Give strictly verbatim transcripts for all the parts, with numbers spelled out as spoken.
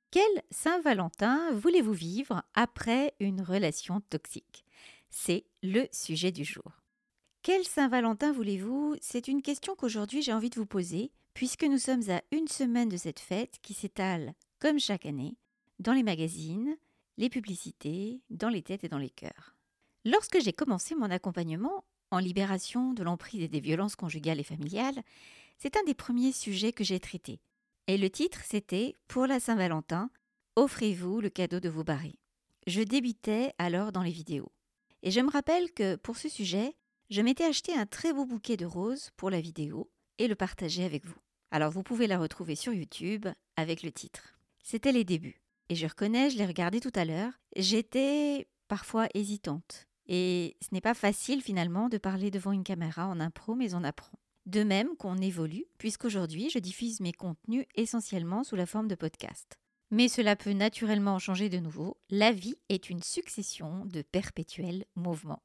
Quelle Saint-Valentin voulez-vous vivre après une relation toxique? C'est le sujet du jour. Quelle Saint-Valentin voulez-vous? C'est une question qu'aujourd'hui j'ai envie de vous poser, puisque nous sommes à une semaine de cette fête qui s'étale, comme chaque année, dans les magazines, les publicités, dans les têtes et dans les cœurs. Lorsque j'ai commencé mon accompagnement en libération de l'emprise et des violences conjugales et familiales, c'est un des premiers sujets que j'ai traité. Et le titre, c'était « Pour la Saint-Valentin, offrez-vous le cadeau de vos barils ». Je débutais alors dans les vidéos. Et je me rappelle que pour ce sujet, je m'étais acheté un très beau bouquet de roses pour la vidéo et le partager avec vous. Alors vous pouvez la retrouver sur YouTube avec le titre. C'était les débuts. Et je reconnais, je l'ai regardé tout à l'heure, j'étais parfois hésitante. Et ce n'est pas facile finalement de parler devant une caméra en impro, mais on apprend. De même qu'on évolue, puisqu'aujourd'hui je diffuse mes contenus essentiellement sous la forme de podcast. Mais cela peut naturellement changer de nouveau. La vie est une succession de perpétuels mouvements.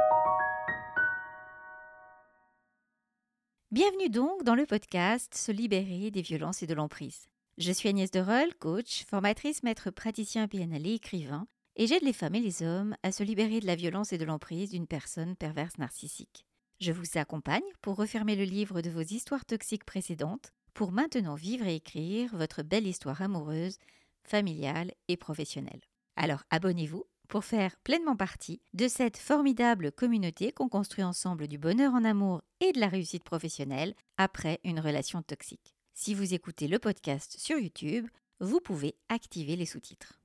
Bienvenue donc dans le podcast Se libérer des violences et de l'emprise. Je suis Agnès Dereul, coach, formatrice, maître praticien P N L et écrivain, et j'aide les femmes et les hommes à se libérer de la violence et de l'emprise d'une personne perverse narcissique. Je vous accompagne pour refermer le livre de vos histoires toxiques précédentes, pour maintenant vivre et écrire votre belle histoire amoureuse, familiale et professionnelle. Alors abonnez-vous pour faire pleinement partie de cette formidable communauté qu'on construit ensemble du bonheur en amour et de la réussite professionnelle après une relation toxique. Si vous écoutez le podcast sur YouTube, vous pouvez activer les sous-titres.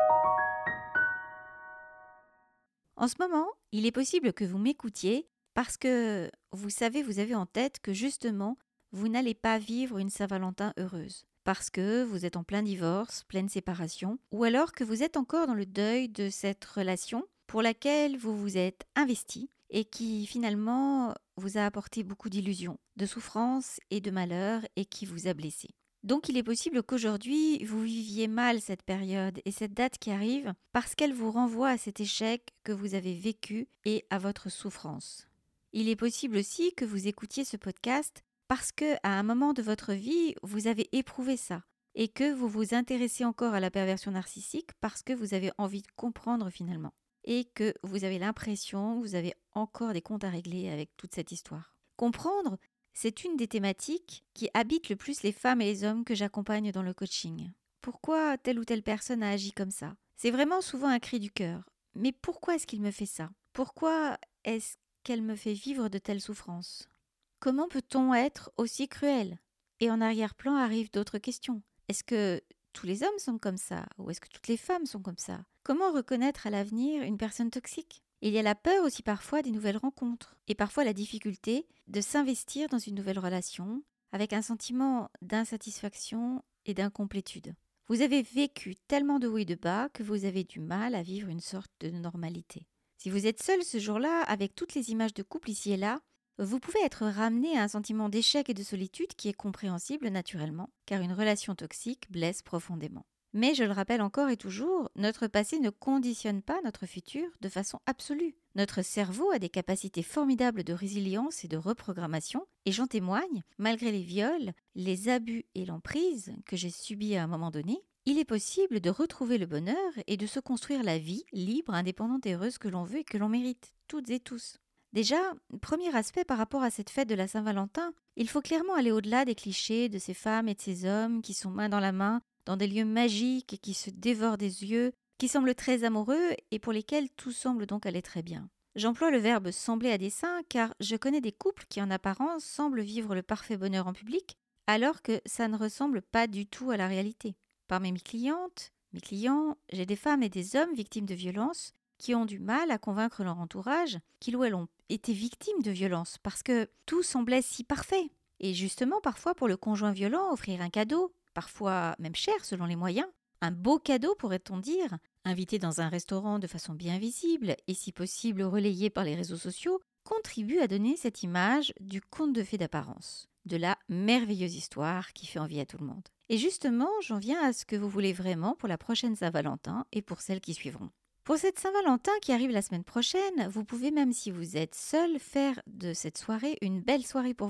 En ce moment, il est possible que vous m'écoutiez parce que vous savez, vous avez en tête que justement, vous n'allez pas vivre une Saint-Valentin heureuse. Parce que vous êtes en plein divorce, pleine séparation, ou alors que vous êtes encore dans le deuil de cette relation pour laquelle vous vous êtes investi et qui finalement vous a apporté beaucoup d'illusions, de souffrances et de malheur et qui vous a blessé. Donc il est possible qu'aujourd'hui vous viviez mal cette période et cette date qui arrive parce qu'elle vous renvoie à cet échec que vous avez vécu et à votre souffrance. Il est possible aussi que vous écoutiez ce podcast parce que à un moment de votre vie, vous avez éprouvé ça et que vous vous intéressez encore à la perversion narcissique parce que vous avez envie de comprendre finalement et que vous avez l'impression que vous avez encore des comptes à régler avec toute cette histoire. Comprendre, c'est une des thématiques qui habitent le plus les femmes et les hommes que j'accompagne dans le coaching. Pourquoi telle ou telle personne a agi comme ça? C'est vraiment souvent un cri du cœur. Mais pourquoi est-ce qu'il me fait ça? Pourquoi est-ce qu'elle me fait vivre de telles souffrances? Comment peut-on être aussi cruel? Et en arrière-plan arrivent d'autres questions. Est-ce que tous les hommes sont comme ça? Ou est-ce que toutes les femmes sont comme ça? Comment reconnaître à l'avenir une personne toxique? Il y a la peur aussi parfois des nouvelles rencontres. Et parfois la difficulté de s'investir dans une nouvelle relation avec un sentiment d'insatisfaction et d'incomplétude. Vous avez vécu tellement de hauts et de bas que vous avez du mal à vivre une sorte de normalité. Si vous êtes seul ce jour-là, avec toutes les images de couple ici et là, vous pouvez être ramené à un sentiment d'échec et de solitude qui est compréhensible naturellement, car une relation toxique blesse profondément. Mais je le rappelle encore et toujours, notre passé ne conditionne pas notre futur de façon absolue. Notre cerveau a des capacités formidables de résilience et de reprogrammation, et j'en témoigne, malgré les viols, les abus et l'emprise que j'ai subis à un moment donné, il est possible de retrouver le bonheur et de se construire la vie libre, indépendante et heureuse que l'on veut et que l'on mérite, toutes et tous. Déjà, premier aspect par rapport à cette fête de la Saint-Valentin, il faut clairement aller au-delà des clichés de ces femmes et de ces hommes qui sont main dans la main, dans des lieux magiques et qui se dévorent des yeux, qui semblent très amoureux et pour lesquels tout semble donc aller très bien. J'emploie le verbe « sembler » à dessein car je connais des couples qui en apparence semblent vivre le parfait bonheur en public, alors que ça ne ressemble pas du tout à la réalité. Parmi mes clientes, mes clients, j'ai des femmes et des hommes victimes de violences qui ont du mal à convaincre leur entourage qu'ils ou elles ont été victimes de violences parce que tout semblait si parfait. Et justement, parfois pour le conjoint violent, offrir un cadeau, parfois même cher selon les moyens, un beau cadeau pourrait-on dire, invité dans un restaurant de façon bien visible et si possible relayé par les réseaux sociaux, contribue à donner cette image du conte de fées d'apparence, de la merveilleuse histoire qui fait envie à tout le monde. Et justement, j'en viens à ce que vous voulez vraiment pour la prochaine Saint-Valentin et pour celles qui suivront. Pour cette Saint-Valentin qui arrive la semaine prochaine, vous pouvez même si vous êtes seul faire de cette soirée une belle soirée pour vous.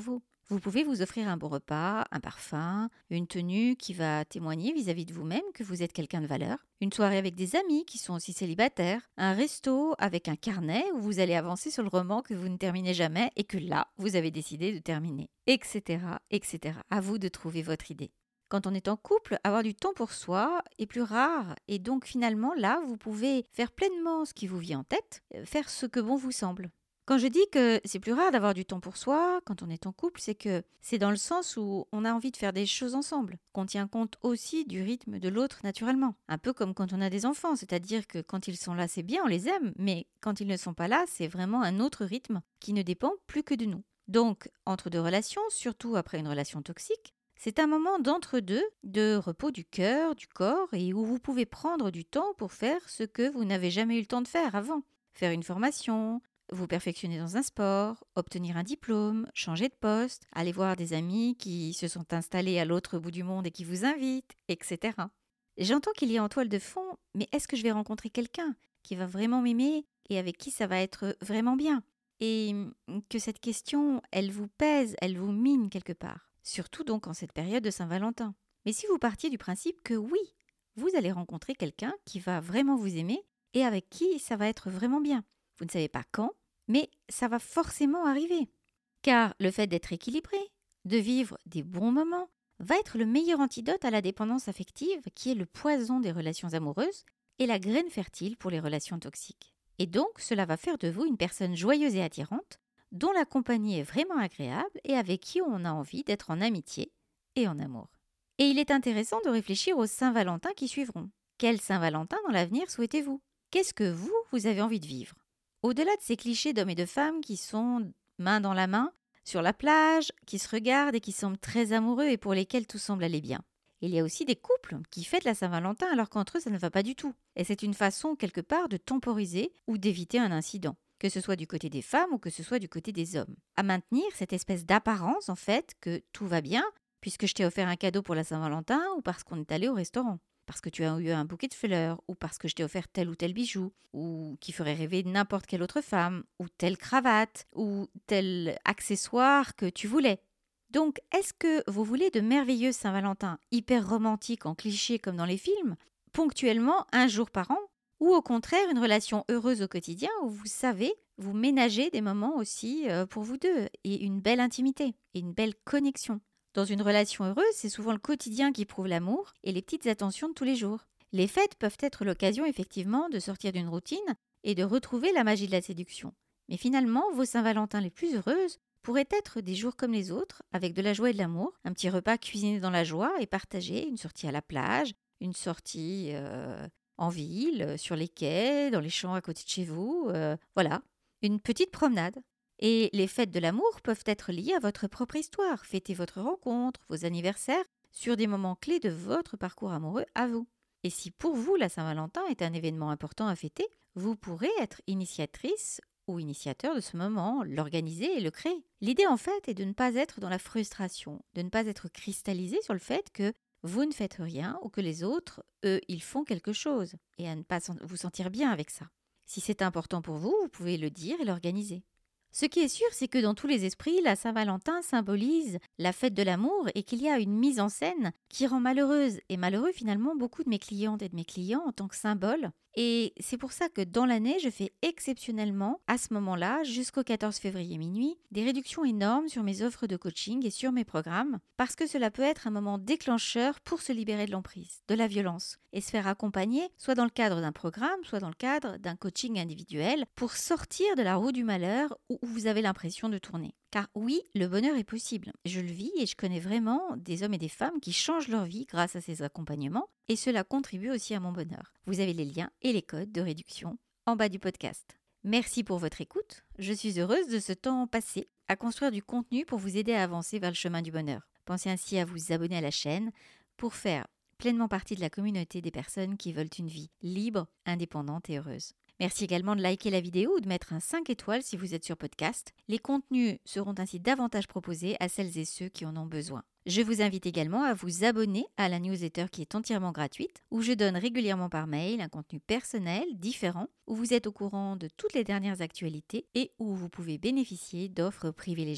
Vous pouvez vous offrir un bon repas, un parfum, une tenue qui va témoigner vis-à-vis de vous-même que vous êtes quelqu'un de valeur, une soirée avec des amis qui sont aussi célibataires, un resto avec un carnet où vous allez avancer sur le roman que vous ne terminez jamais et que là, vous avez décidé de terminer, et cetera, et cetera. À vous de trouver votre idée. Quand on est en couple, avoir du temps pour soi est plus rare et donc finalement là, vous pouvez faire pleinement ce qui vous vient en tête, faire ce que bon vous semble. Quand je dis que c'est plus rare d'avoir du temps pour soi quand on est en couple, c'est que c'est dans le sens où on a envie de faire des choses ensemble, qu'on tient compte aussi du rythme de l'autre naturellement. Un peu comme quand on a des enfants, c'est-à-dire que quand ils sont là, c'est bien, on les aime, mais quand ils ne sont pas là, c'est vraiment un autre rythme qui ne dépend plus que de nous. Donc, entre deux relations, surtout après une relation toxique, c'est un moment d'entre-deux, de repos du cœur, du corps, et où vous pouvez prendre du temps pour faire ce que vous n'avez jamais eu le temps de faire avant. Faire une formation, vous perfectionner dans un sport, obtenir un diplôme, changer de poste, aller voir des amis qui se sont installés à l'autre bout du monde et qui vous invitent, et cetera. J'entends qu'il y a en toile de fond, mais est-ce que je vais rencontrer quelqu'un qui va vraiment m'aimer et avec qui ça va être vraiment bien ? Et que cette question, elle vous pèse, elle vous mine quelque part. Surtout donc en cette période de Saint-Valentin. Mais si vous partiez du principe que oui, vous allez rencontrer quelqu'un qui va vraiment vous aimer et avec qui ça va être vraiment bien. Vous ne savez pas quand, mais ça va forcément arriver. Car le fait d'être équilibré, de vivre des bons moments, va être le meilleur antidote à la dépendance affective qui est le poison des relations amoureuses et la graine fertile pour les relations toxiques. Et donc, cela va faire de vous une personne joyeuse et attirante, dont la compagnie est vraiment agréable et avec qui on a envie d'être en amitié et en amour. Et il est intéressant de réfléchir aux Saint-Valentin qui suivront. Quel Saint-Valentin dans l'avenir souhaitez-vous ? Qu'est-ce que vous, vous avez envie de vivre ? Au-delà de ces clichés d'hommes et de femmes qui sont main dans la main, sur la plage, qui se regardent et qui semblent très amoureux et pour lesquels tout semble aller bien. Il y a aussi des couples qui fêtent la Saint-Valentin alors qu'entre eux ça ne va pas du tout. Et c'est une façon quelque part de temporiser ou d'éviter un incident, que ce soit du côté des femmes ou que ce soit du côté des hommes. À maintenir cette espèce d'apparence en fait que tout va bien puisque je t'ai offert un cadeau pour la Saint-Valentin ou parce qu'on est allé au restaurant. Parce que tu as eu un bouquet de fleurs, ou parce que je t'ai offert tel ou tel bijou, ou qui ferait rêver n'importe quelle autre femme, ou telle cravate, ou tel accessoire que tu voulais. Donc, est-ce que vous voulez de merveilleux Saint-Valentin, hyper romantiques en cliché comme dans les films, ponctuellement un jour par an, ou au contraire une relation heureuse au quotidien où vous savez vous ménager des moments aussi pour vous deux, et une belle intimité, et une belle connexion. Dans une relation heureuse, c'est souvent le quotidien qui prouve l'amour et les petites attentions de tous les jours. Les fêtes peuvent être l'occasion effectivement de sortir d'une routine et de retrouver la magie de la séduction. Mais finalement, vos Saint-Valentin les plus heureuses pourraient être des jours comme les autres, avec de la joie et de l'amour, un petit repas cuisiné dans la joie et partagé, une sortie à la plage, une sortie euh, en ville, sur les quais, dans les champs à côté de chez vous, euh, voilà, une petite promenade. Et les fêtes de l'amour peuvent être liées à votre propre histoire. Fêtez votre rencontre, vos anniversaires, sur des moments clés de votre parcours amoureux à vous. Et si pour vous la Saint-Valentin est un événement important à fêter, vous pourrez être initiatrice ou initiateur de ce moment, l'organiser et le créer. L'idée en fait est de ne pas être dans la frustration, de ne pas être cristallisé sur le fait que vous ne faites rien ou que les autres, eux, ils font quelque chose, et à ne pas vous sentir bien avec ça. Si c'est important pour vous, vous pouvez le dire et l'organiser. Ce qui est sûr, c'est que dans tous les esprits, la Saint-Valentin symbolise la fête de l'amour et qu'il y a une mise en scène qui rend malheureuse et malheureux finalement beaucoup de mes clientes et de mes clients en tant que symbole. Et c'est pour ça que dans l'année, je fais exceptionnellement, à ce moment-là, jusqu'au quatorze février minuit, des réductions énormes sur mes offres de coaching et sur mes programmes, parce que cela peut être un moment déclencheur pour se libérer de l'emprise, de la violence, et se faire accompagner, soit dans le cadre d'un programme, soit dans le cadre d'un coaching individuel, pour sortir de la roue du malheur où vous avez l'impression de tourner. Car oui, le bonheur est possible. Je le vis et je connais vraiment des hommes et des femmes qui changent leur vie grâce à ces accompagnements et cela contribue aussi à mon bonheur. Vous avez les liens et les codes de réduction en bas du podcast. Merci pour votre écoute. Je suis heureuse de ce temps passé à construire du contenu pour vous aider à avancer vers le chemin du bonheur. Pensez ainsi à vous abonner à la chaîne pour faire pleinement partie de la communauté des personnes qui veulent une vie libre, indépendante et heureuse. Merci également de liker la vidéo ou de mettre un cinq étoiles si vous êtes sur podcast. Les contenus seront ainsi davantage proposés à celles et ceux qui en ont besoin. Je vous invite également à vous abonner à la newsletter qui est entièrement gratuite, où je donne régulièrement par mail un contenu personnel, différent, où vous êtes au courant de toutes les dernières actualités et où vous pouvez bénéficier d'offres privilégiées.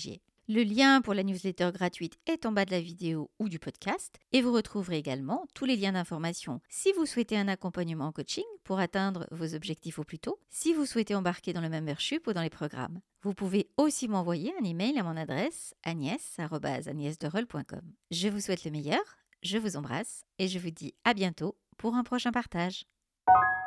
Le lien pour la newsletter gratuite est en bas de la vidéo ou du podcast et vous retrouverez également tous les liens d'information si vous souhaitez un accompagnement en coaching pour atteindre vos objectifs au plus tôt, si vous souhaitez embarquer dans le membership ou dans les programmes. Vous pouvez aussi m'envoyer un email à mon adresse agnès arobase agnès dereul point com. Je vous souhaite le meilleur, je vous embrasse et je vous dis à bientôt pour un prochain partage.